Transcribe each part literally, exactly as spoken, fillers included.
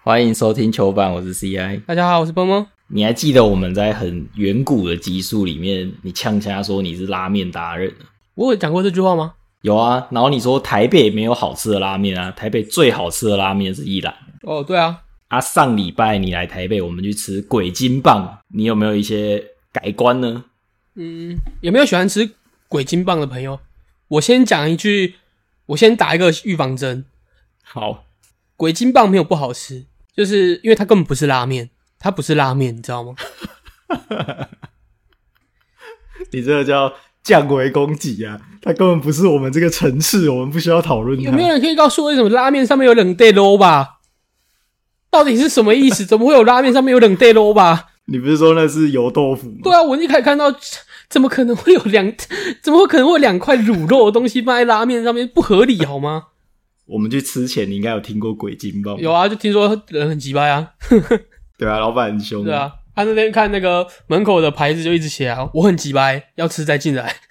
欢迎收听球板，我是 C I。 大家好，我是蹦蹦。 你还记得我们在很远古的集数里面，你呛瞎说你是拉面达人？ 我有讲过这句话吗？ 有啊，然后你说台北没有好吃的拉面啊，台北最好吃的拉面是一兰。 哦，对啊。 啊，上礼拜你来台北，我们去吃鬼金棒，你有没有一些改观呢？ 嗯，有没有喜欢吃鬼金棒的朋友？我先讲一句，我先打一个预防针。 好， 鬼金棒没有不好吃，就是因为它根本不是拉面，它不是拉面，你知道吗？ 你这个叫降维攻击啊！它根本不是我们这个层次，我们不需要讨论它。 有没有人可以告诉我，为什么拉面上面有冷带肉吧？到底是什么意思？怎么会有拉面上面有冷带肉吧？ 你不是说那是油豆腐吗？ 对啊，我一开始看到，怎么可能会有两，怎么会可能会有两块卤肉的东西放在拉面上面？不合理好吗？ 我们去吃前，你应该有听过鬼金棒。 有啊，就听说人很鸡掰啊。 对啊，老板很凶。 对啊，他那天看那个门口的牌子就一直写啊，我很鸡掰，要吃再进来。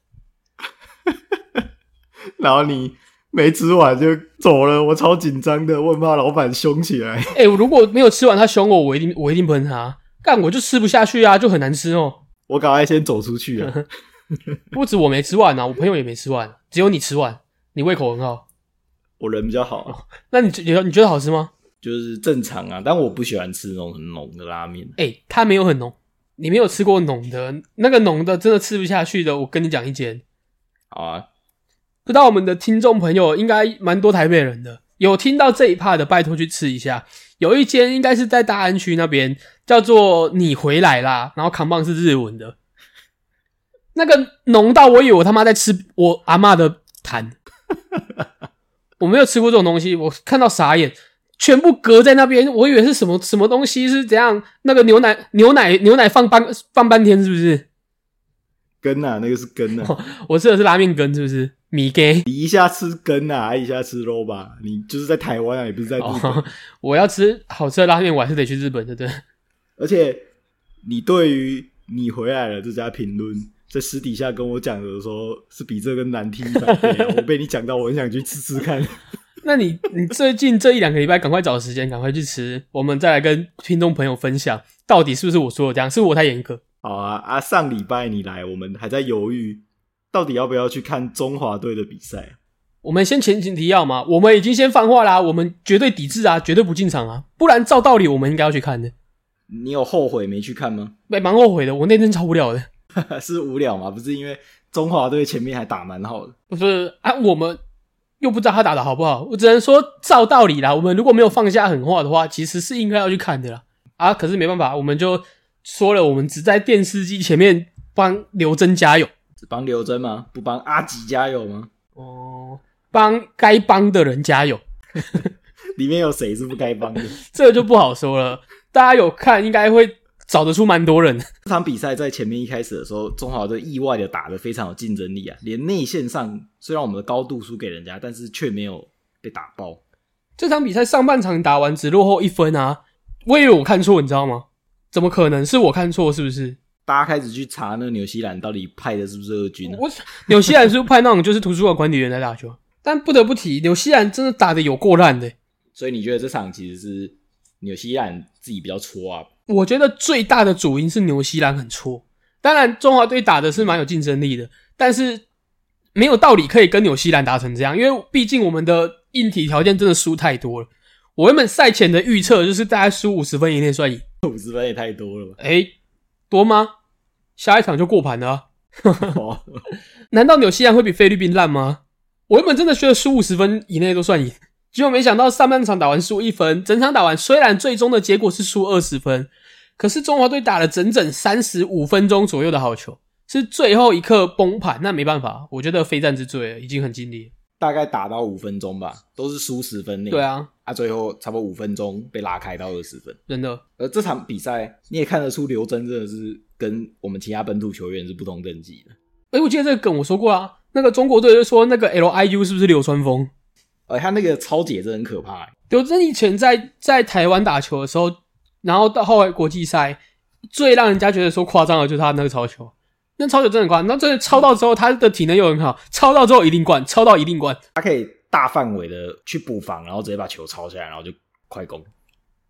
然后你没吃完就走了，我超紧张的，我很怕老板凶起来。 哎、欸，我如果没有吃完他凶我，我一定我一定喷他。干，我就吃不下去啊，就很难吃哦。 我赶快先走出去啊。 不止我没吃完啊，我朋友也没吃完，只有你吃完，你胃口很好。 我人比较好啊。 那你觉得你觉得好吃吗？ 就是正常啊，但我不喜欢吃那种很浓的拉面。 哎、欸，它没有很浓，你没有吃过浓的，那个浓的真的吃不下去的。我跟你讲一间。 好啊。 不知道我们的听众朋友应该蛮多台北人的，有听到这一 part 的拜托去吃一下。有一间应该是在大安区那边，叫做你回来啦，然后扛棒是日文的，那个浓到我以为我他妈在吃我阿嬷的痰。我没有吃过这种东西，我看到傻眼，全部隔在那边，我以为是什么什么东西，是怎样？那个牛奶牛奶牛奶放半放半天是不是？ 根啊，那个是根啊。 哦、我吃的是拉面根是不是？米给你一下吃根啊，一下吃肉吧。你就是在台湾啊，也不是在日本。 哦、我要吃好吃的拉面，我还是得去日本，对不对？ 而且你对于你回来了这家评论，在私底下跟我讲的时候，是比这个难听一百倍、啊。我被你讲到，我很想去吃吃看。 那你你最近这一两个礼拜，赶快找时间，赶快去吃，我们再来跟听众朋友分享，到底是不是我说的这样？是我太严格？ 好啊啊！上礼拜你来，我们还在犹豫，到底要不要去看中华队的比赛。 我们先前情提要嘛，我们已经先放话啦，我们绝对抵制啊，绝对不进场啊，不然照道理我们应该要去看的。 你有后悔没去看吗？ 蛮后悔的，我那天超无聊的。 是无聊吗？不是，因为中华队前面还打蛮好的。 不是啊，我们又不知道他打得好不好，我只能说照道理啦，我们如果没有放下狠话的话，其实是应该要去看的啦。啊，可是没办法，我们就说了，我们只在电视机前面帮刘真加油。 只帮刘真吗？不帮阿吉加油吗？ 哦，帮该帮的人加油。 里面有谁是不该帮的？ 这个就不好说了。大家有看，应该会找得出蛮多人的。 这场比赛在前面一开始的时候，中华队意外的打得非常有竞争力啊！连内线上虽然我们的高度输给人家，但是却没有被打爆。 这场比赛上半场打完只落后一分啊！我以为我看错，你知道吗？怎么可能是我看错？是不是？ 大家开始去查那个纽西兰到底派的是不是二军啊？ 我纽西兰是不是派那种就是图书馆管理员来打球？但不得不提，纽西兰真的打得有够烂的。 所以你觉得这场其实是纽西兰自己比较挫啊？ 我觉得最大的主因是纽西兰很挫。当然中华队打的是蛮有竞争力的，但是没有道理可以跟纽西兰打成这样，因为毕竟我们的硬体条件真的输太多了。我原本赛前的预测就是大概输五十分以内算赢。 五十分也太多了吧？ 诶，多吗？下一场就过盘了啊。难道纽西兰会比菲律宾烂吗？我原本真的觉得输五十分以内都算赢，结果没想到上半场打完输一分，整场打完虽然最终的结果是输二十分，可是中华队打了整整三十五分钟左右的好球，是最后一刻崩盘。那没办法，我觉得非战之罪了，已经很尽力了。 大概打到五分钟吧，都是输十分内。 对啊， 啊，最后差不多五分钟被拉开到二十分， 真的。 而这场比赛你也看得出刘真真的是跟我们其他本土球员是不同等级的。 诶，我记得这个梗我说过啊，那个中国队就说那个 L I U 是不是流川枫？ 呃，他那个超解真的很可怕欸。 刘真以前在在台湾打球的时候，然后到后来国际赛，最让人家觉得说夸张的就是他那个超球。那超球真的很夸张，那真的超到之后，他的体能又很好，超到之后一定灌，超到一定灌。 他可以大范围的去补防，然后直接把球抄下来，然后就快攻。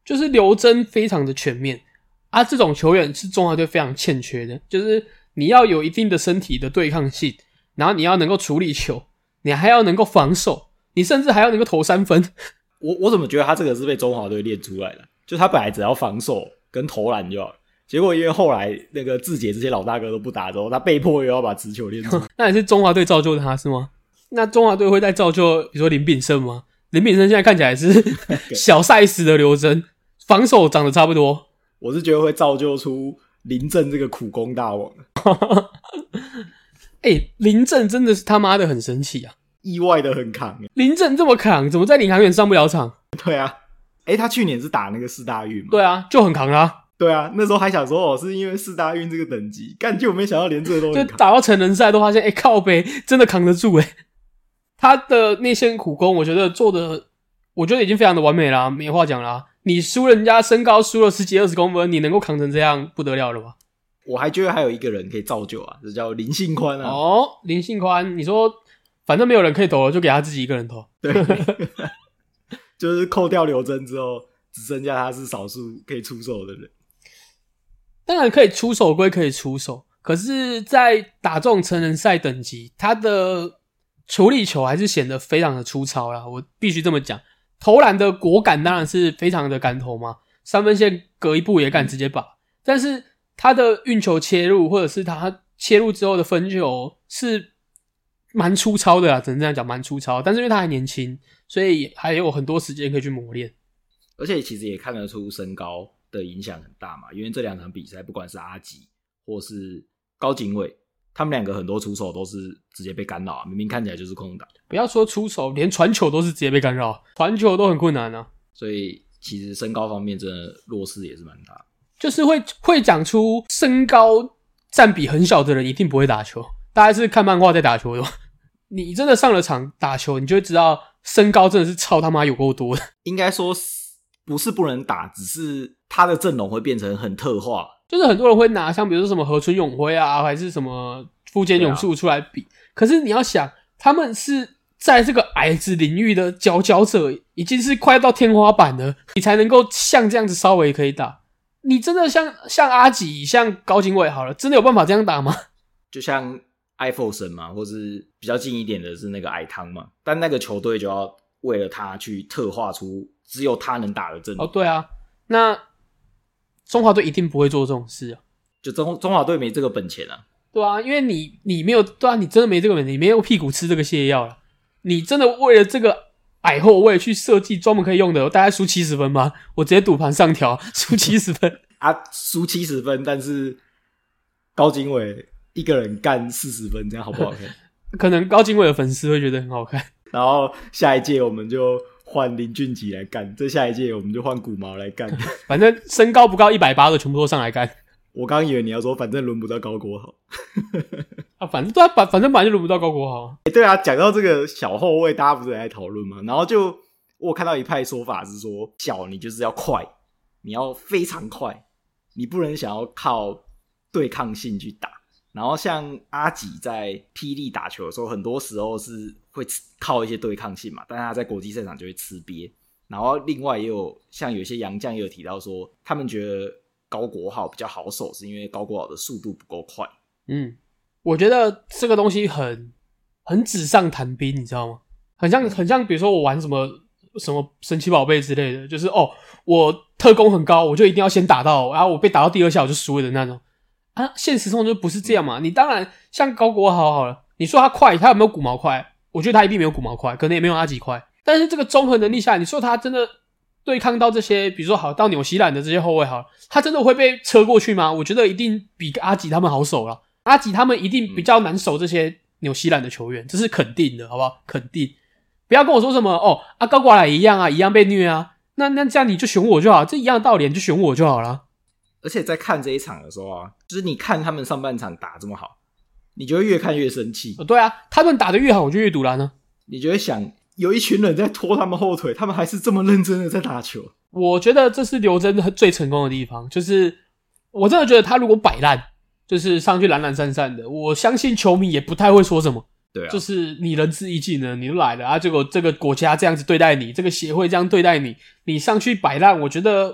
就是刘铮非常的全面啊，这种球员是中华队非常欠缺的，就是你要有一定的身体的对抗性，然后你要能够处理球，你还要能够防守，你甚至还要能够投三分。 我我怎么觉得他这个是被中华队练出来的？就他本来只要防守跟投篮就好了，结果因为后来那个志杰这些老大哥都不打之后，他被迫又要把直球练出来。 那也是中华队造就他是吗？那中华队会再造就比如说林炳胜吗？林炳胜现在看起来是小 size 的刘铮，防守长得差不多。 我是觉得会造就出林振这个苦工大王。 欸，林振真的是他妈的很神奇啊， 意外的很扛。 林振这么扛，怎么在领航员上不了场？ 对啊，欸，他去年是打那个四大运嘛？ 对啊，就很扛啦，啊。 对啊，那时候还想说哦，是因为四大运这个等级，干就没想到连这个都很扛。 就打到成人赛都发现，欸，靠北真的扛得住欸。他的内线苦攻，我觉得做的，我觉得已经非常的完美啦，没话讲啦。你输人家身高输了十几二十公分，你能够扛成这样，不得了了吧？ 我还觉得还有一个人可以造就啊，这叫林信宽啊。 哦，林信宽，你说反正没有人可以投了，就给他自己一个人投。 对，就是扣掉刘铮之后，只剩下他是少数可以出手的人。 当然可以出手归可以出手，可是在打这种成人赛等级，他的处理球还是显得非常的粗糙啦，我必须这么讲。投篮的果敢当然是非常的敢投嘛，三分线隔一步也敢直接把，嗯、但是他的运球切入或者是他切入之后的分球是蛮粗糙的啦，只能这样讲，蛮粗糙。但是因为他还年轻，所以还有很多时间可以去磨练。 而且其实也看得出身高的影响很大嘛，因为这两场比赛不管是阿吉或是高景伟，他们两个很多出手都是直接被干扰啊，明明看起来就是空档。 不要说出手，连传球都是直接被干扰，传球都很困难啊。 所以其实身高方面真的弱势也是蛮大， 就是会会讲出身高占比很小的人一定不会打球，大概是看漫画在打球的。你真的上了场打球，你就会知道身高真的是超他妈有够多的。 应该说不是不能打，只是他的阵容会变成很特化， 就是很多人会拿像比如说什么河村永辉啊，还是什么富坚勇树出来比、啊、可是你要想他们是在这个矮子领域的佼佼者，已经是快到天花板了，你才能够像这样子稍微可以打。你真的像像阿吉像高景伟好了，真的有办法这样打吗？ 就像艾弗森嘛，或是比较近一点的是那个矮汤嘛，但那个球队就要为了他去特化出只有他能打的阵容。 哦，对啊，那中华队一定不会做这种事啊， 就中中华队没这个本钱啊。 对啊，因为你你没有，对啊，你真的没这个本钱，你没有屁股吃这个泻药了。你真的为了这个矮后卫去设计专门可以用的，我大概输七十分吗？我直接赌盘上调，输七十分啊，输七十分，但是高景伟一个人干四十分，这样好不好看？ 可能高景伟的粉丝会觉得很好看。 然后下一届我们就换林俊杰来干，这下一届我们就换古毛来干。 反正身高不高一百八的全部都上来干。 我刚以为你要说反正轮不到高国豪。 啊，反正对啊，反正本来就轮不到高国豪、啊欸。对啊，讲到这个小后卫，大家不是也在讨论吗？然后就我有看到一派说法是说，小你就是要快，你要非常快，你不能想要靠对抗性去打。然后像阿吉在霹雳打球的时候，很多时候是会靠一些对抗性嘛，但是他在国际赛场就会吃瘪。然后另外也有像有些洋将也有提到说，他们觉得高国豪比较好守，是因为高国豪的速度不够快。 嗯，我觉得这个东西很很纸上谈兵，你知道吗？很像很像，比如说我玩什么什么神奇宝贝之类的，就是哦，我特攻很高，我就一定要先打到，然后我被打到第二下我就输了的那种。啊，现实中就不是这样嘛。你当然像高国豪好了，你说他快，他有没有古毛快？我觉得他一定没有古毛快，可能也没有阿吉快。但是这个综合能力下来，你说他真的对抗到这些，比如说好到纽西兰的这些后卫好了，他真的会被车过去吗？我觉得一定比阿吉他们好守啦。阿吉他们一定比较难守这些纽西兰的球员，这是肯定的，好不好？肯定。不要跟我说什么哦啊，高国豪也一样啊，一样被虐啊。那那这样你就选我就好，这一样的道理，你就选我就好了。 而且在看这一场的时候啊，就是你看他们上半场打这么好，你就会越看越生气。 哦，对啊，他们打得越好，我就越堵拦呢。 你就会想，有一群人在拖他们后腿，他们还是这么认真的在打球。 我觉得这是刘铮最成功的地方，就是我真的觉得他如果摆烂，就是上去懒懒散散的，我相信球迷也不太会说什么。 对啊， 就是你仁至义尽了，你都来了啊，结果这个国家这样子对待你，这个协会这样对待你，你上去摆烂，我觉得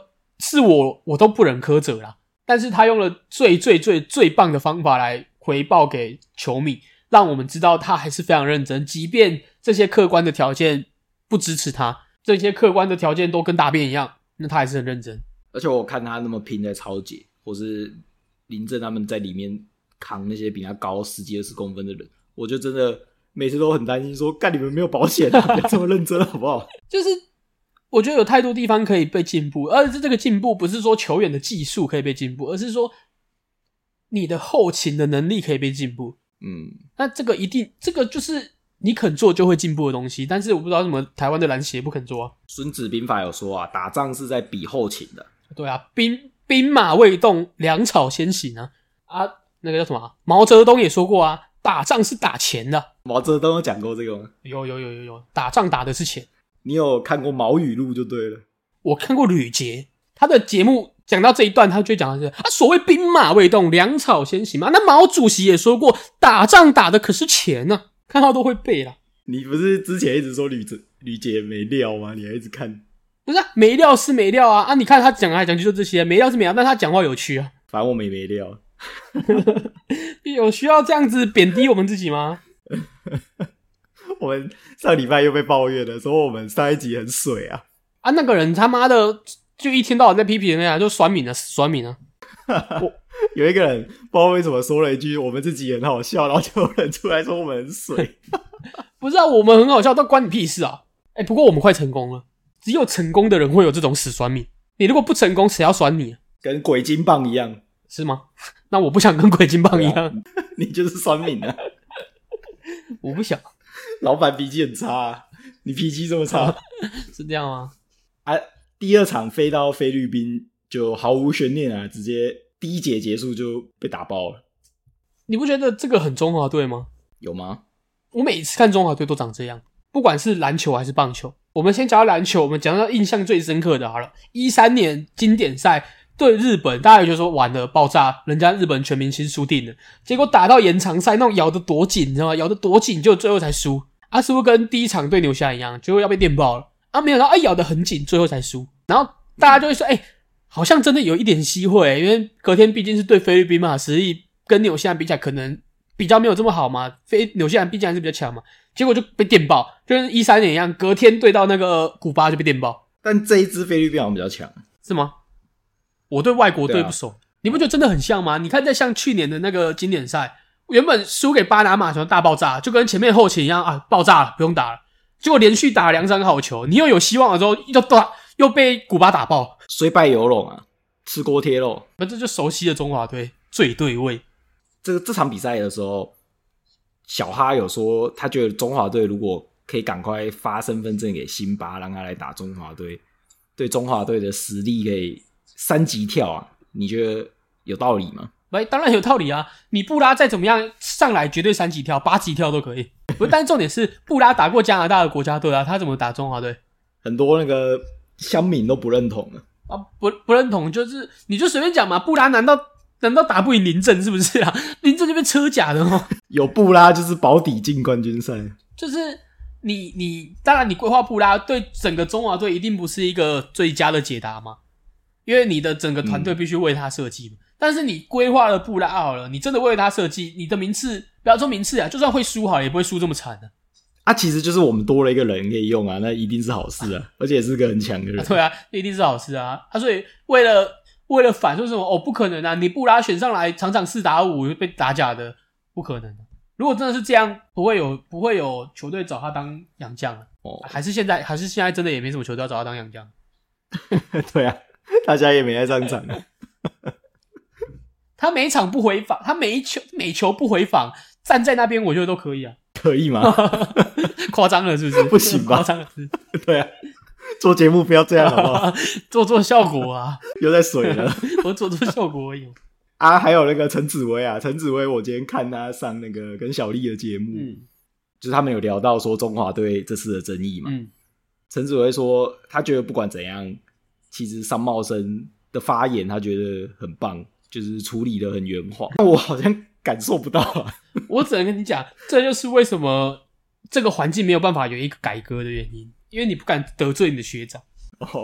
是我我都不忍苛责啦，但是他用了最最最最棒的方法来回报给球迷，让我们知道他还是非常认真，即便这些客观的条件不支持他，这些客观的条件都跟大便一样，那他还是很认真。 而且我看他那么拼在超解，或是林正他们在里面扛那些比他高十几二十公分的人，我就真的每次都很担心说，干你们没有保险啊，别这么认真好不好？ 就是我觉得有太多地方可以被进步，而且这个进步不是说球员的技术可以被进步，而是说你的后勤的能力可以被进步。 嗯， 那这个一定，这个就是你肯做就会进步的东西，但是我不知道为什么台湾的篮协不肯做啊。 孙子兵法有说啊，打仗是在比后勤的。 对啊，兵兵马未动，粮草先行啊！啊，那个叫什么、啊？毛泽东也说过啊，打仗是打钱的。 毛泽东有讲过这个吗？ 有有有有有，打仗打的是钱。 你有看过毛语录就对了。 我看过吕杰，他的节目讲到这一段，他就讲的是啊，所谓兵马未动，粮草先行嘛。那毛主席也说过，打仗打的可是钱啊，看到都会背啦。 你不是之前一直说吕吕杰没料吗？你还一直看。 不是啊，没料是没料啊！啊，你看他讲来讲去就这些，没料是没料，但他讲话有趣啊。 反正我们也没料， 有需要这样子贬低我们自己吗？ 我们上礼拜又被抱怨了，说我们上一集很水啊。 啊，那个人他妈的就一天到晚在批评人家，就酸民啊，酸民啊。 有一个人不知道为什么说了一句我们自己很好笑，然后就有人出来说我们很水。 不是啊，我们很好笑，但关你屁事啊！哎、欸，不过我们快成功了。只有成功的人会有这种死酸民，你如果不成功，谁要酸你、啊？ 跟鬼金棒一样， 是吗？那我不想跟鬼金棒一样， 啊、你就是酸民啊！ 我不想。 老板脾气很差、啊，你脾气这么差， 是这样吗？ 啊，第二场飞到菲律宾就毫无悬念啊，直接第一节结束就被打爆了。 你不觉得这个很中华队吗？ 有吗？ 我每次看中华队都长这样，不管是篮球还是棒球。我们先讲到篮球，我们讲到印象最深刻的好了。一三年经典赛对日本，大家就说完了爆炸，人家日本全明星输定了。结果打到延长赛，那种咬得多紧，你知道吗？咬得多紧，就最后才输。啊，是不是跟第一场对纽西兰一样，结果要被电爆了？啊，没有，然后哎咬得很紧，最后才输。然后大家就会说，哎、欸，好像真的有一点机会、欸，因为隔天毕竟是对菲律宾嘛，实力跟纽西兰比起来可能比较没有这么好嘛，非纽西兰毕竟还是比较强嘛。结果就被电爆，就跟一三年一样，隔天对到那个古巴就被电爆。 但这一支菲律宾好像比较强， 是吗？我对外国队不熟、啊，你不觉得真的很像吗？你看，在像去年的那个经典赛，原本输给巴拿马球大爆炸，就跟前面后勤一样啊，爆炸了，不用打了。结果连续打了两场好球，你又有希望的时候，又打又被古巴打爆， 虽败犹荣啊，吃锅贴肉。 那这就熟悉的中华队最对味。 这个这场比赛的时候。小哈有说，他觉得中华队如果可以赶快发身份证给辛巴，让他来打中华队，对中华队的实力可以三级跳啊！你觉得有道理吗？ 哎，当然有道理啊！你布拉再怎么样上来，绝对三级跳、八级跳都可以。不，但是重点是布拉打过加拿大的国家队啊，他怎么打中华队？ 很多那个乡民都不认同了啊，不不认同，就是你就随便讲嘛，布拉难道？难道打不赢林正是不是啊？林正这边车假的哦， 有布拉就是保底进冠军赛。 就是你你当然你规划布拉对整个中华队一定不是一个最佳的解答嘛，因为你的整个团队必须为他设计嘛、嗯。但是你规划了布拉好了，你真的为他设计，你的名次不要说名次啊，就算会输好了，也不会输这么惨的、 啊。啊，其实就是我们多了一个人可以用啊，那一定是好事啊，而且也是个很强的人、 啊。对啊，一定是好事啊。啊，所以为了。为了反说什么哦，不可能啊！你布拉选上来场场四打五被打假的，不可能的。如果真的是这样，不会有不会有球队找他当洋将了。哦，还是现在还是现在真的也没什么球队要找他当洋将。 对啊，大家也没在上场。 他每一场不回防，他每一球每球不回防，站在那边我觉得都可以啊。 可以吗？ 夸张了是不是？ 不行吧？ 夸张了是不是？ 对啊。做节目不要这样好不好？ 做做效果啊！ 又在水了， 我做做效果而已。 啊，还有那个陈紫薇啊，陈紫薇，我今天看他上那个跟小丽的节目，嗯，就是他们有聊到说中华队这次的争议嘛。嗯，陈紫薇说，他觉得不管怎样，其实商茂生的发言他觉得很棒，就是处理的很圆滑。但我好像感受不到啊。 我只能跟你讲，这就是为什么这个环境没有办法有一个改革的原因。因为你不敢得罪你的学长哦，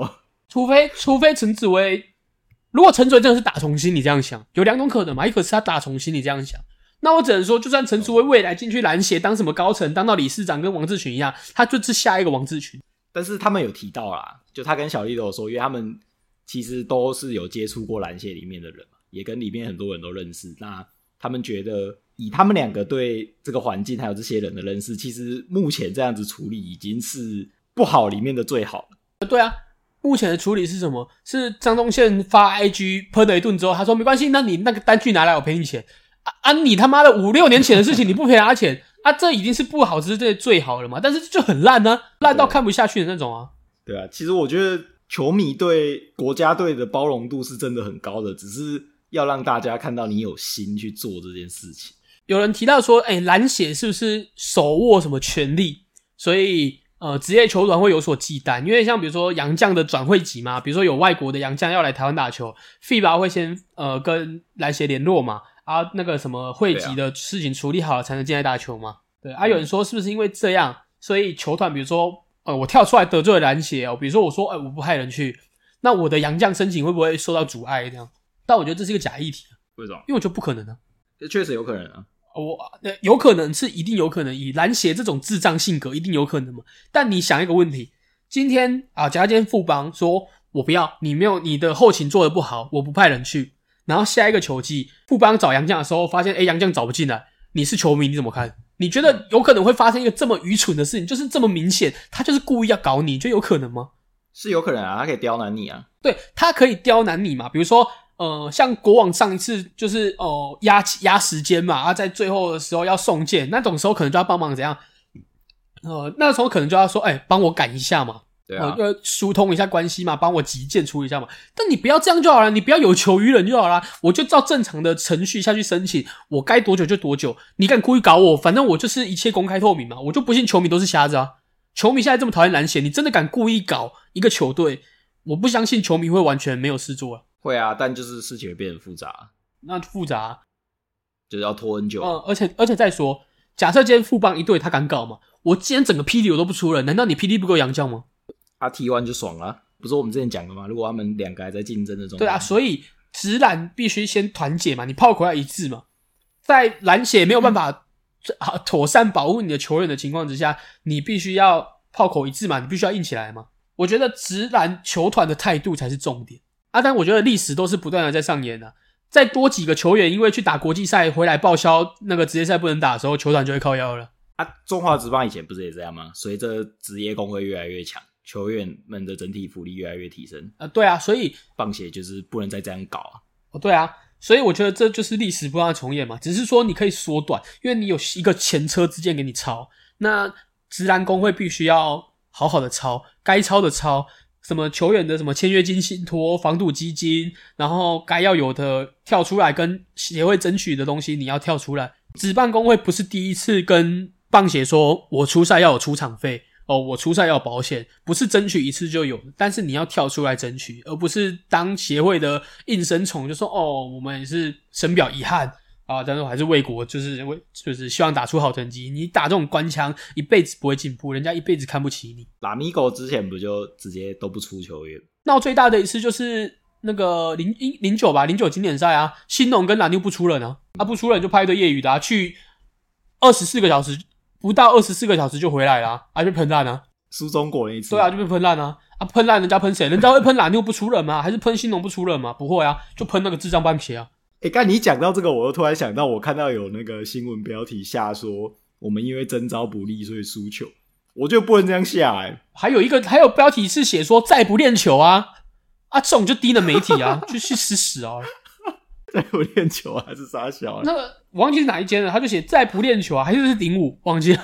除非除非陈子威，如果陈子威真的是打从心里这样想，有两种可能嘛，一个是他打从心里这样想，那我只能说，就算陈子威未来进去篮协当什么高层，当到理事长跟王志群一样，他就是下一个王志群。 但是他们有提到啦，就他跟小丽都有说，因为他们其实都是有接触过篮协里面的人嘛，也跟里面很多人都认识，那他们觉得以他们两个对这个环境还有这些人的认识，其实目前这样子处理已经是不好里面的最好了。 对啊，目前的处理是什么？是张宗宪发 I G 喷了一顿之后，他说没关系，那你那个单据拿来我赔你钱啊啊！你他妈的五六年前的事情你不赔他钱啊，这已经是不好，这是最好了嘛？但是就很烂啊，烂到看不下去的那种啊。 对啊，其实我觉得球迷对国家队的包容度是真的很高的，只是要让大家看到你有心去做这件事情。 有人提到说，哎、欸，篮协是不是手握什么权力，所以呃，职业球团会有所忌惮？因为像比如说洋将的转会期嘛，比如说有外国的洋将要来台湾打球 ，F I B A 会先呃跟篮协联络嘛，啊，那个什么会籍的事情处理好了才能进来打球嘛。对啊，有人说是不是因为这样，所以球团比如说呃我跳出来得罪了篮协哦，比如说我说哎、欸、我不派人去，那我的洋将申请会不会受到阻碍这样？但我觉得这是一个假议题。 为什么？ 因为我觉得不可能啊。 确实有可能啊。 我有可能是一定有可能，以篮协这种智障性格一定有可能嘛。但你想一个问题，今天啊，假如今天富邦说我不要，你没有你的后勤做得不好，我不派人去，然后下一个球季富邦找洋将的时候发现诶洋将找不进来，你是球迷你怎么看？你觉得有可能会发生一个这么愚蠢的事情，就是这么明显他就是故意要搞你，就有可能吗？ 是有可能啊，他可以刁难你啊。 对，他可以刁难你嘛，比如说呃，像国网上一次就是哦压压时间嘛，啊，在最后的时候要送件，那种时候可能就要帮忙怎样？呃，那时候可能就要说，哎、欸，帮我赶一下嘛， 对啊， 呃，疏通一下关系嘛，帮我急件处理一下嘛。但你不要这样就好了，你不要有求于人就好了，我就照正常的程序下去申请，我该多久就多久。你敢故意搞我，反正我就是一切公开透明嘛，我就不信球迷都是瞎子啊。球迷现在这么讨厌篮协，你真的敢故意搞一个球队，我不相信球迷会完全没有事做啊。 会啊，但就是事情会变得复杂。 那复杂、啊， 就是要拖很久。 嗯，而且而且再说，假设今天富邦一队他敢搞嘛，我今天整个 P D 我都不出人，难道你 P D 不够洋将吗？ 他 T 一 就爽了，不是我们之前讲的吗？如果他们两个还在竞争的中， 对啊，所以职篮必须先团结嘛，你炮口要一致嘛，在篮协没有办法妥善保护你的球员的情况之下，你必须要炮口一致嘛，你必须要硬起来嘛。我觉得职篮球团的态度才是重点。啊，但我觉得历史都是不断的在上演的、啊。再多几个球员因为去打国际赛回来报销那个职业赛不能打的时候，球团就会靠腰了。 啊，中华职棒以前不是也这样吗？随着职业工会越来越强，球员们的整体福利越来越提升。 啊，对啊，所以棒协就是不能再这样搞啊。 哦，对啊，所以我觉得这就是历史不断的重演嘛。只是说你可以缩短，因为你有一个前车之鉴给你抄。那职篮工会必须要好好的抄，该抄的抄。什么球员的什么签约金信托、防赌基金，然后该要有的跳出来跟协会争取的东西，你要跳出来。职棒工会不是第一次跟棒协说，我出赛要有出场费哦，我出赛要有保险，不是争取一次就有，但是你要跳出来争取，而不是当协会的应声虫，就说哦，我们也是深表遗憾啊，但是我还是为国，就是为就是希望打出好成绩。你打这种官腔，一辈子不会进步，人家一辈子看不起你。 拉米狗之前不就直接都不出球员？ 闹最大的一次就是那个零零九吧，零九经典赛啊，兴农跟蓝牛不出人啊，啊不出人就派一堆业余的啊，去二十四个小时不到二十四个小时就回来了啊，啊就喷烂啊， 输中国那一次， 对啊，就被喷烂啊，啊喷烂人家喷谁？人家会喷蓝牛不出人吗？还是喷兴农不出人吗？不会啊，就喷那个智障棒协啊。 诶，刚你讲到这个，我又突然想到，我看到有那个新闻标题下说，我们因为征召不利，所以输球。我觉得不能这样下诶。 还有一个，还有标题是写说再不练球啊，啊这种就低了媒体啊，就去死死啊！ 再不练球还是傻小啊？ 那个我忘记是哪一间了，他就写再不练球啊，还是是零五，忘记了。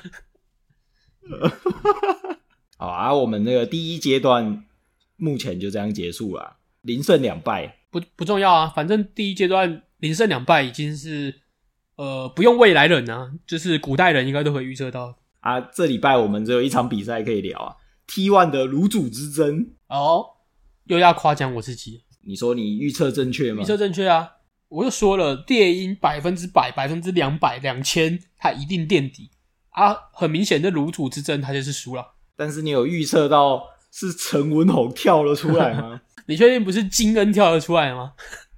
好啊，我们那个第一阶段目前就这样结束了，零胜两败。 不不重要啊，反正第一阶段零胜两败已经是呃不用未来人啊，就是古代人应该都会预测到啊。这礼拜我们只有一场比赛可以聊啊 ，T 一 的卤煮之争。 哦，又要夸奖我自己， 你说你预测正确吗？ 预测正确啊，我就说了，猎鹰百分之百、百分之两百、两千，它一定垫底啊。很明显的卤煮之争，它就是输了。 但是你有预测到是陈文宏跳了出来吗？ 你确定不是金恩跳了出来吗？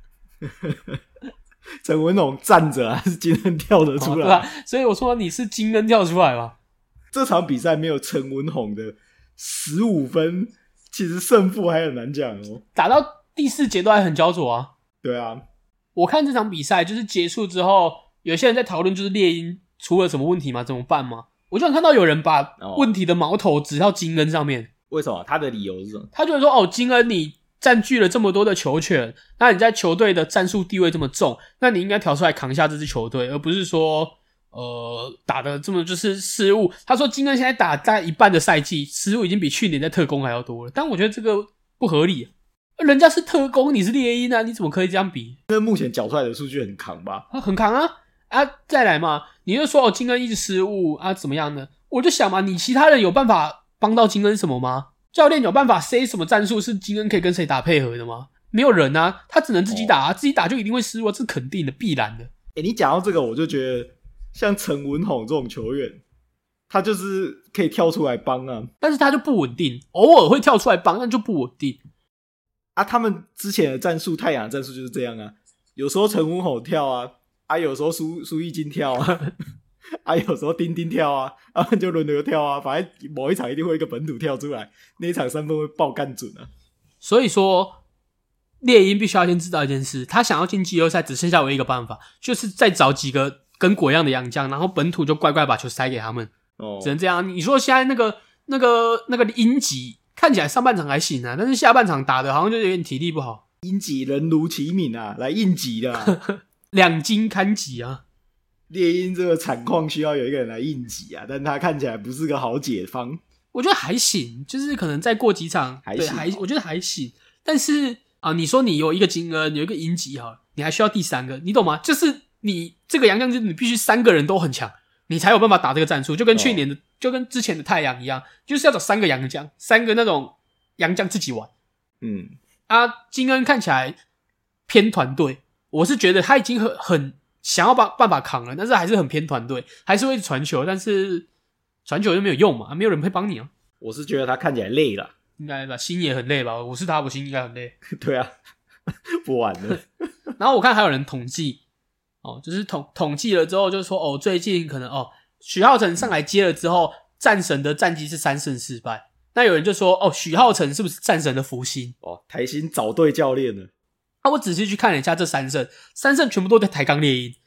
陈文宏站着还是金恩跳得出来？ 哦、对啊，所以我说你是金恩跳出来吗？ 这场比赛没有陈文宏的十五分，其实胜负还很难讲哦。 打到第四节都还很焦灼啊。 对啊， 我看这场比赛就是结束之后，有些人在讨论就是猎鹰出了什么问题吗？怎么办吗？我就想看到有人把问题的矛头指到金恩上面。哦、 为什么？他的理由是什么？ 他觉得说，哦，金恩你占据了这么多的球权，那你在球队的战术地位这么重，那你应该调出来扛下这支球队，而不是说呃打的这么就是失误。他说金恩现在打大概一半的赛季，失误已经比去年在特攻还要多了，但我觉得这个不合理。人家是特攻，你是猎鹰啊，你怎么可以这样比？ 那目前缴出来的数据很扛吧？ 啊，很扛啊！啊，再来嘛，你就说哦，金恩一直失误啊，怎么样呢？我就想嘛，你其他人有办法帮到金恩什么吗？教练有办法 say 什么战术是金恩可以跟谁打配合的吗？没有人啊，他只能自己打啊，哦、自己打就一定会失误，这是肯定的，必然的。 欸，你讲到这个，我就觉得像陈文宏这种球员，他就是可以跳出来帮啊， 但是他就不稳定，偶尔会跳出来帮，但就不稳定。 啊，他们之前的战术，太阳的战术就是这样啊，有时候陈文宏跳啊，啊，有时候苏苏奕金跳啊，啊，有时候丁丁跳啊，啊，就轮流跳啊，反正某一场一定会有一个本土跳出来，那一场三分会爆干准啊。 所以说，猎鹰必须要先知道一件事，他想要进季后赛，只剩下唯一一个办法，就是再找几个跟果一样的洋将，然后本土就乖乖把球塞给他们，哦，只能这样。你说现在那个那个那个鹰吉。看起来上半场还行啊，但是下半场打的好像就有点体力不好。 鹰吉人如其名啊，来应急的、啊， 两金看急啊。 猎鹰这个惨况需要有一个人来应急啊，但他看起来不是个好解方。 我觉得还行，就是可能再过几场， 还行， 对，还我觉得还行。但是啊，你说你有一个金恩，有一个鹰吉哈，你还需要第三个，你懂吗？就是你这个洋将，你必须三个人都很强。你才有办法打这个战术，就跟去年的、哦、就跟之前的太阳一样，就是要找三个洋将，三个那种洋将自己玩。 嗯， 啊，金恩看起来偏团队，我是觉得他已经很很想要把办法扛了，但是还是很偏团队，还是会传球，但是传球就没有用嘛，没有人会帮你啊。 我是觉得他看起来累了， 应该吧，心也很累吧？我是他，我心应该很累。 对啊，不玩了。 然后我看还有人统计。哦，就是统统计了之后，就是说哦，最近可能哦，许浩成上来接了之后，战神的战绩是三胜四败。那有人就说哦，许浩成是不是战神的福星？ 哦，台新找对教练了。 啊，我仔细去看了一下这三胜，三胜全部都在台钢猎鹰。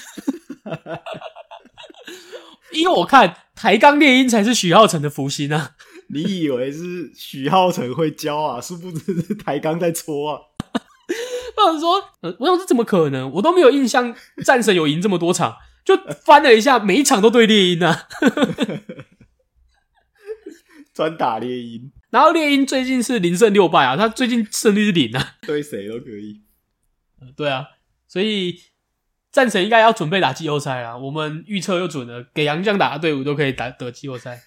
因为我看台钢猎鹰才是许浩成的福星啊。 你以为是许浩成会教啊？殊不知是台钢在戳啊。 我想说，呃，我想这怎么可能？我都没有印象，战神有赢这么多场，就翻了一下，每一场都对猎鹰啊， 专打猎鹰。 然后猎鹰最近是零胜六败啊，他最近胜率是零啊， 对谁都可以。 呃、对啊，所以战神应该要准备打季后赛啊。我们预测又准了，给洋将打的队伍都可以打得季后赛。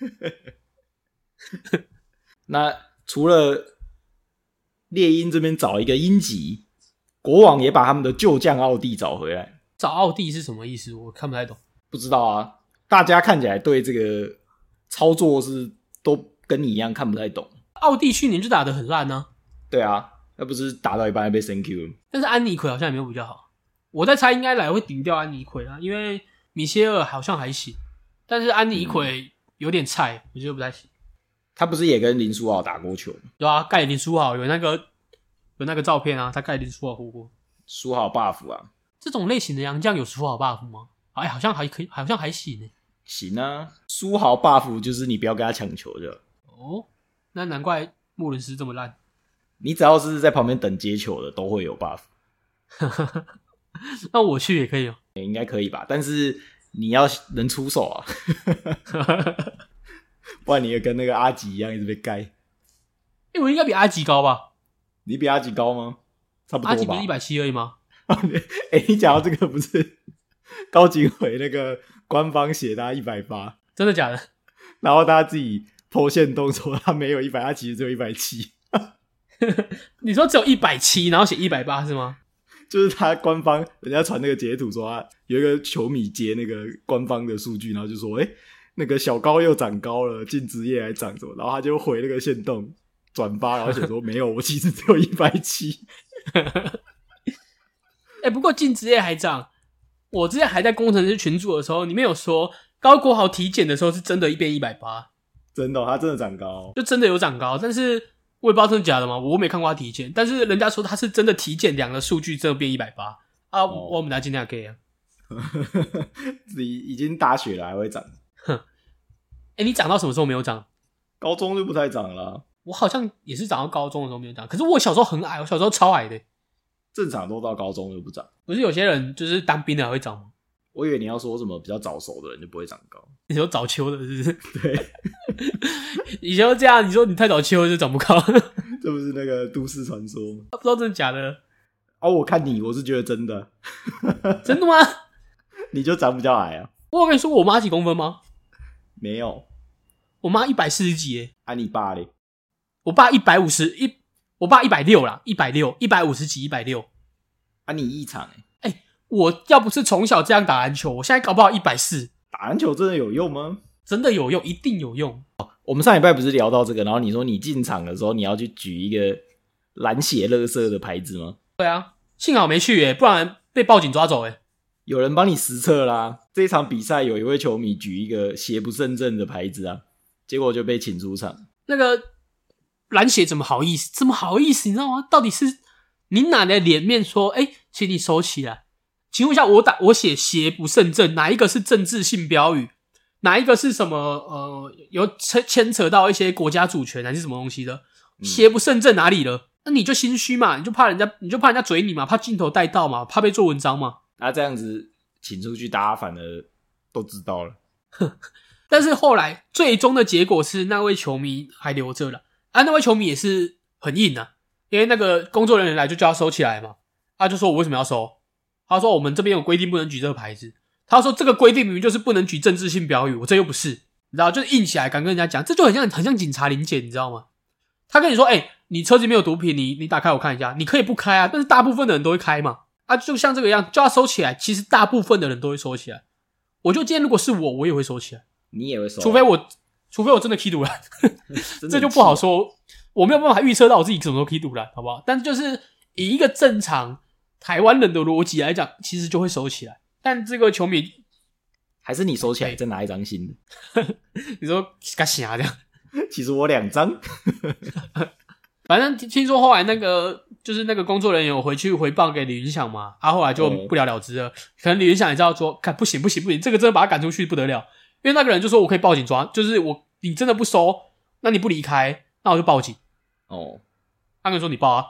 那除了猎鹰这边找一个鹰吉，国王也把他们的旧将奥蒂找回来。 找奥蒂是什么意思？我看不太懂。 不知道啊，大家看起来对这个操作是都跟你一样看不太懂。 奥蒂去年就打得很烂啊。 对啊，那不是打到一半还被 thank you。 但是安妮奎好像也没有比较好。我在猜应该来会顶掉安妮奎啦，因为米歇尔好像还行，但是安妮奎有点菜，嗯、我觉得不太行。 他不是也跟林书豪打过球吗？ 有啊，盖林书豪有那个有那个照片啊，他盖林书豪呼过。 书豪 buff 啊， 这种类型的洋将有书豪 buff 吗？哎，好像还可以，好像还行呢。 行啊，书豪 buff 就是你不要跟他抢球就。哦， 那难怪穆伦斯这么烂。 你只要是在旁边等接球的，都会有 buff。 那我去也可以哦， 应该可以吧？但是你要能出手啊。不然你也跟那个阿吉一样一直被盖。 欸，我应该比阿吉高吧？ 你比阿吉高吗？差不多吧。 阿吉不是一百七而已吗？ 欸，你讲到这个不是高景伟那个官方写他一百八， 真的假的？ 然后他自己 po 限动说他没有一百，他其实只有一百七。 你说只有一百七，然后写一百八是吗？ 就是他官方人家传那个截图说他有一个球迷接那个官方的数据，然后就说诶、欸那个小高又长高了，进职业还长什么，然后他就回那个限动， 转发，然后写说没有，我其实只有一百七。 哎，不过进职业海长，我之前还在工程师群组的时候，里面有说高国豪体检的时候是真的一变一百八， 真的、哦，他真的长高、哦， 就真的有长高，但是我也不知道真的假的嘛，我没看过他体检，但是人家说他是真的体检量的数据真的变一百八啊，哦、我们拿今天可以啊， 已已经大学了还会长， 哼，哎，你长到什么时候没有长？ 高中就不太长了、啊， 我好像也是长到高中的时候没有长，可是我小时候很矮，我小时候超矮的， 正常都到高中就不长， 不是有些人就是当兵的还会长吗？ 我以为你要说什么比较早熟的人就不会长高， 你说早秋的是不是？ 对， 以前都这样，你说你太早秋就长不高， 这不是那个都市传说吗？ 不知道真的假的。 哦，我看你，我是觉得真的， 真的吗？ 你就长比较矮啊？ 我有跟你说过我妈几公分吗？ 没有， 我妈一百四十几耶。 啊，你爸嘞？ 我爸一百五十一，我爸一百六啦，一百六，一百五十几，一百六。 啊，你异常哎。 我要不是从小这样打篮球，我现在搞不好一百四。 打篮球真的有用吗？ 真的有用，一定有用。 我们上礼拜不是聊到这个，然后你说你进场的时候你要去举一个蓝血垃圾的牌子吗？ 对啊，幸好没去耶，不然被报警抓走耶。 有人帮你实测啦。这一场比赛有一位球迷举一个邪不胜正的牌子啊，结果就被请出场。 那个蓝血怎么好意思？怎么好意思？你知道吗？到底是你哪来的脸面说，哎、欸，请你收起来？请问一下，我打我写邪不胜正，哪一个是政治性标语？哪一个是什么？呃，有牵扯到一些国家主权还是什么东西的？邪不胜正哪里了？那你就心虚嘛，你就怕人家，你就怕人家嘴你嘛，怕镜头带到嘛，怕被做文章嘛。 那、啊、这样子请出去，大家反而都知道了。 但是后来最终的结果是，那位球迷还留着了啊，那位球迷也是很硬啊，因为那个工作人员来就叫他收起来嘛，他就说我为什么要收？他说我们这边有规定不能举这个牌子。他说这个规定明明就是不能举政治性标语，我这又不是，你知道，就是硬起来敢跟人家讲，这就很像很像警察临检，你知道吗？他跟你说，哎、欸，你车子里面有毒品，你你打开我看一下，你可以不开啊，但是大部分的人都会开嘛，啊，就像这个样，叫他收起来，其实大部分的人都会收起来。我就今天如果是我，我也会收起来， 你也会收、啊， 除非我，除非我真的踢毒了，这就不好说，我没有办法预测到我自己什么时候踢毒了，好不好？但是就是以一个正常台湾人的逻辑来讲，其实就会收起来。但这个球迷还是你收起来再拿一张新的， 你说干啥这样？ 其实我两张， 反正听说后来那个就是那个工作人员有回去回报给李云祥嘛，啊后来就不了了之了。可能李云祥也知道说，看不行不行不行，这个真的把他赶出去不得了，因为那个人就说我可以报警抓，就是我你真的不收，那你不离开，那我就报警。 哦， 他跟你说你报啊，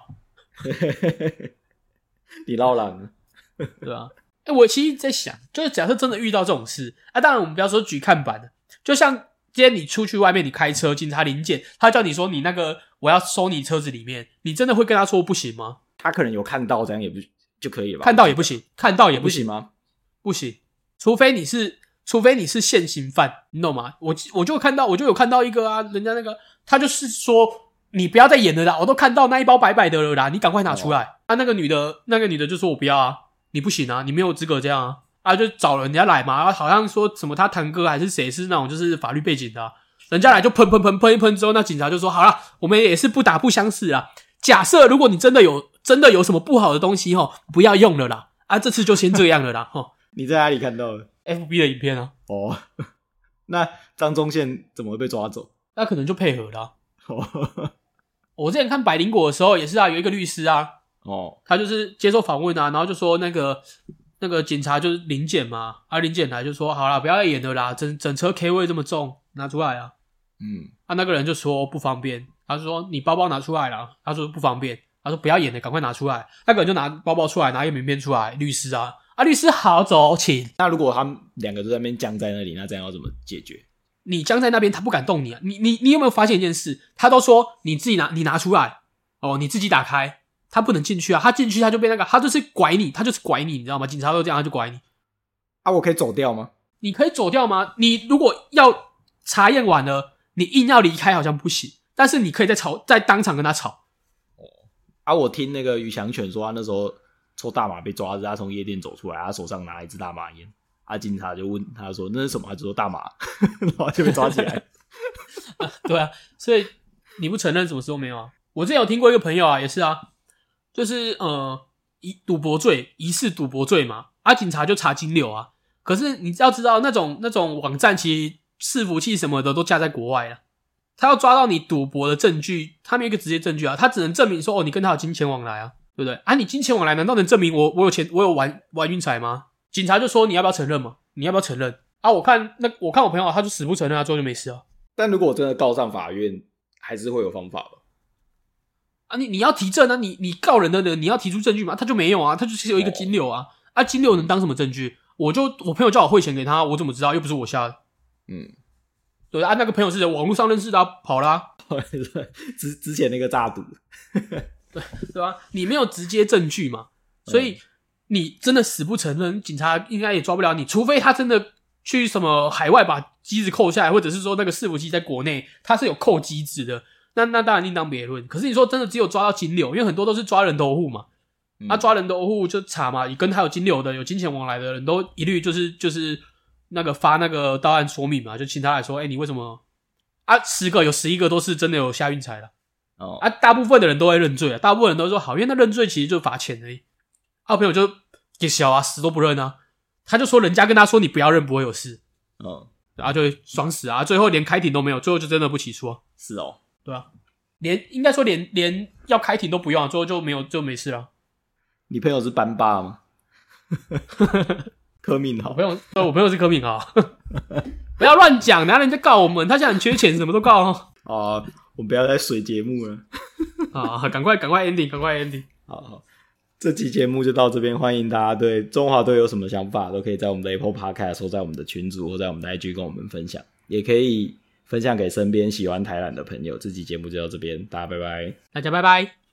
你闹狼， 对啊。欸、我其实在想，就是假设真的遇到这种事啊，当然我们不要说举看板的，就像今天你出去外面你开车，警察临检，他叫你说你那个我要收你车子里面，你真的会跟他说不行吗？ 他可能有看到，这样也不就可以了吧？ 看到也不行，看到也不行， 不行吗？ 不行，除非你是，除非你是现行犯，你懂吗？我我就看到，我就有看到一个啊，人家那个他就是说你不要再演了啦，我都看到那一包白白的了啦，你赶快拿出来。哦、啊，那个女的，那个女的就说我不要啊。你不行啊，你没有资格这样啊！啊，就找人家来嘛，好像说什么他堂哥还是谁是那种就是法律背景的、啊，人家来就喷喷喷喷一喷之后，那警察就说好啦，我们也是不打不相识啊。假设如果你真的有真的有什么不好的东西齁，不要用了啦！啊，这次就先这样了啦齁。 你在哪里看到的 ？F B 的影片啊。 哦，那张忠宪怎么会被抓走？ 那可能就配合啦、啊。哦，我之前看百灵果的时候也是啊，有一个律师啊。 哦， 他就是接受访问啊，然后就说那个那个警察就是临检嘛，啊临检来就说好啦，不要再演了啦，整整车 K 味这么重，拿出来啊。 嗯， 啊那个人就说不方便，他说你包包拿出来啦，他说不方便，他说不要演了，赶快拿出来。那个人就拿包包出来，拿一个名片出来，律师啊，啊律师好走，请。 那如果他们两个都在那边僵在那里，那这样要怎么解决？ 你僵在那边，他不敢动你啊。你你你有没有发现一件事？他都说你自己拿，你拿出来哦，你自己打开。他不能进去啊！他进去他就被那个，他就是拐你，他就是拐你，你知道吗？警察都这样，他就拐你。 啊，我可以走掉吗？ 你可以走掉吗？你如果要查验完了，你硬要离开好像不行，但是你可以在吵，在当场跟他吵。 哦，啊，我听那个于祥全说，他那时候抽大麻被抓，他从夜店走出来，他手上拿一支大麻烟，啊，警察就问他说那是什么？他就说大麻，然后就被抓起来。 啊对啊，所以你不承认什么时候没有啊？我之前有听过一个朋友啊，也是啊，就是呃，疑赌博罪，疑似赌博罪嘛，啊，警察就查金流啊。可是你要知道，那种那种网站其实伺服器什么的都架在国外了，他要抓到你赌博的证据，他没有一个直接证据啊，他只能证明说哦，你跟他有金钱往来啊，对不对？啊，你金钱往来难道能证明我我有钱，我有玩玩运彩吗？警察就说你要不要承认嘛？你要不要承认？啊，我看那我看我朋友他就死不承认啊，之后就没事啊。 但如果我真的告上法院，还是会有方法吧？ 啊，你你要提证啊，你你告人的人你要提出证据嘛，他就没有啊，他就是有一个金流啊，哦、啊，金流能当什么证据？我就我朋友叫我汇钱给他，我怎么知道？又不是我下的。 嗯， 对啊，那个朋友是在网络上认识的、啊，跑啦、啊。 之之前那个诈赌， 对对吧？你没有直接证据嘛，所以你真的死不承认，警察应该也抓不了你，除非他真的去什么海外把机子扣下来，或者是说那个伺服器在国内它是有扣机子的，那那当然另当别论。可是你说真的只有抓到金流，因为很多都是抓人头户嘛，那、嗯啊、抓人头户就查嘛，跟他有金流的、有金钱往来的人都一律就是就是那个发那个到案说明嘛，就请他来说，哎、欸，你为什么啊？十个有十一个都是真的有下运财了。哦，啊，大部分的人都会认罪啊，大部分人都说好，因为那认罪其实就罚钱而已。啊，我朋友就给小啊，死都不认啊，他就说人家跟他说你不要认不会有事，哦，然后就会爽死啊，最后连开庭都没有，最后就真的不起诉啊。 是哦， 对啊，连应该说连连要开庭都不用、啊，最后就没有就没事了。 你朋友是班霸吗？柯敏豪， 我朋友，我朋友是柯敏豪，不要乱讲，等下人家告我们，他现在很缺钱，什么都告哦。 哦，我们不要再水节目了。 啊，赶快赶快 ending， 赶快 ending。 好好，这期节目就到这边，欢迎大家对中华队有什么想法，都可以在我们的 Apple Podcast 或在我们的群组或在我们的 I G 跟我们分享，也可以分享给身边喜欢台篮的朋友。这期节目就到这边，大家拜拜， 大家拜拜。